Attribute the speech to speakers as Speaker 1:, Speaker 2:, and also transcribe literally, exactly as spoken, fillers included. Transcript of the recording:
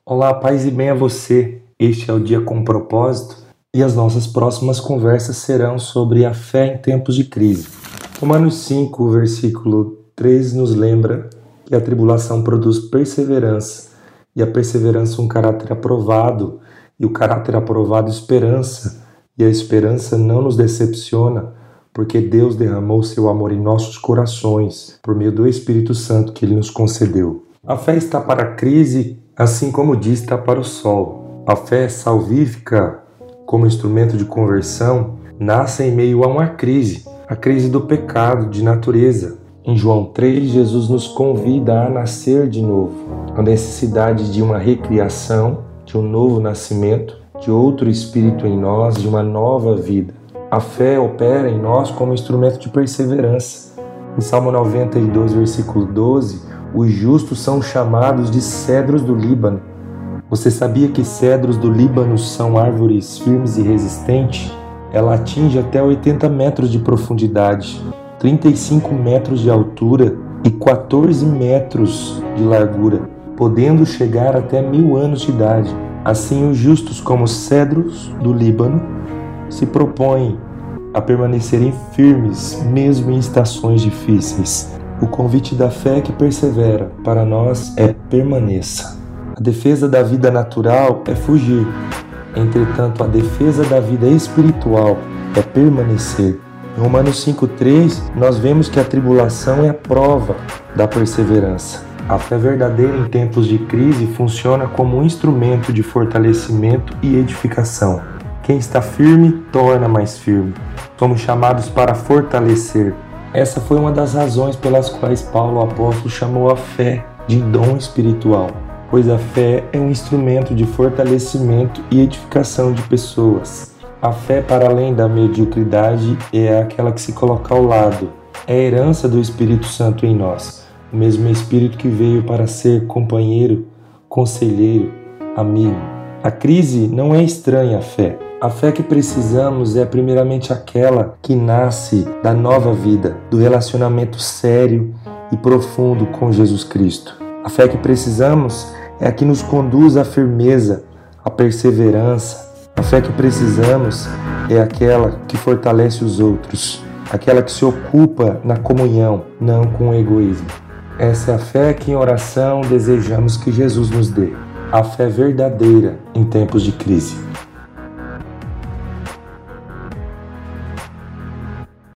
Speaker 1: Olá, paz e bem a você. Este é o Dia com Propósito e as nossas próximas conversas serão sobre a fé em tempos de crise. Romanos cinco, versículo três nos lembra que a tribulação produz perseverança e a perseverança um caráter aprovado e o caráter aprovado esperança e a esperança não nos decepciona porque Deus derramou seu amor em nossos corações por meio do Espírito Santo que Ele nos concedeu. A fé está para a crise, assim como o dia está para o sol. A fé salvífica, como instrumento de conversão, nasce em meio a uma crise, a crise do pecado de natureza. Em João três, Jesus nos convida a nascer de novo, a necessidade de uma recriação, de um novo nascimento, de outro espírito em nós, de uma nova vida. A fé opera em nós como instrumento de perseverança. Em Salmo noventa e dois, versículo doze, os justos são chamados de cedros do Líbano. Você sabia que cedros do Líbano são árvores firmes e resistentes? Ela atinge até oitenta metros de profundidade, trinta e cinco metros de altura e quatorze metros de largura, podendo chegar até mil anos de idade. Assim, os justos, como cedros do Líbano, se propõem a permanecerem firmes mesmo em estações difíceis. O convite da fé que persevera para nós é permaneça. A defesa da vida natural é fugir. Entretanto, a defesa da vida espiritual é permanecer. Em Romanos cinco, três, nós vemos que a tribulação é a prova da perseverança. A fé verdadeira em tempos de crise funciona como um instrumento de fortalecimento e edificação. Quem está firme, torna mais firme. Somos chamados para fortalecer. Essa foi uma das razões pelas quais Paulo, o apóstolo, chamou a fé de dom espiritual, pois a fé é um instrumento de fortalecimento e edificação de pessoas. A fé, para além da mediocridade, é aquela que se coloca ao lado. É a herança do Espírito Santo em nós, o mesmo Espírito que veio para ser companheiro, conselheiro, amigo. A crise não é estranha à fé. A fé que precisamos é primeiramente aquela que nasce da nova vida, do relacionamento sério e profundo com Jesus Cristo. A fé que precisamos é a que nos conduz à firmeza, à perseverança. A fé que precisamos é aquela que fortalece os outros, aquela que se ocupa na comunhão, não com o egoísmo. Essa é a fé que em oração desejamos que Jesus nos dê. A fé verdadeira em tempos de crise.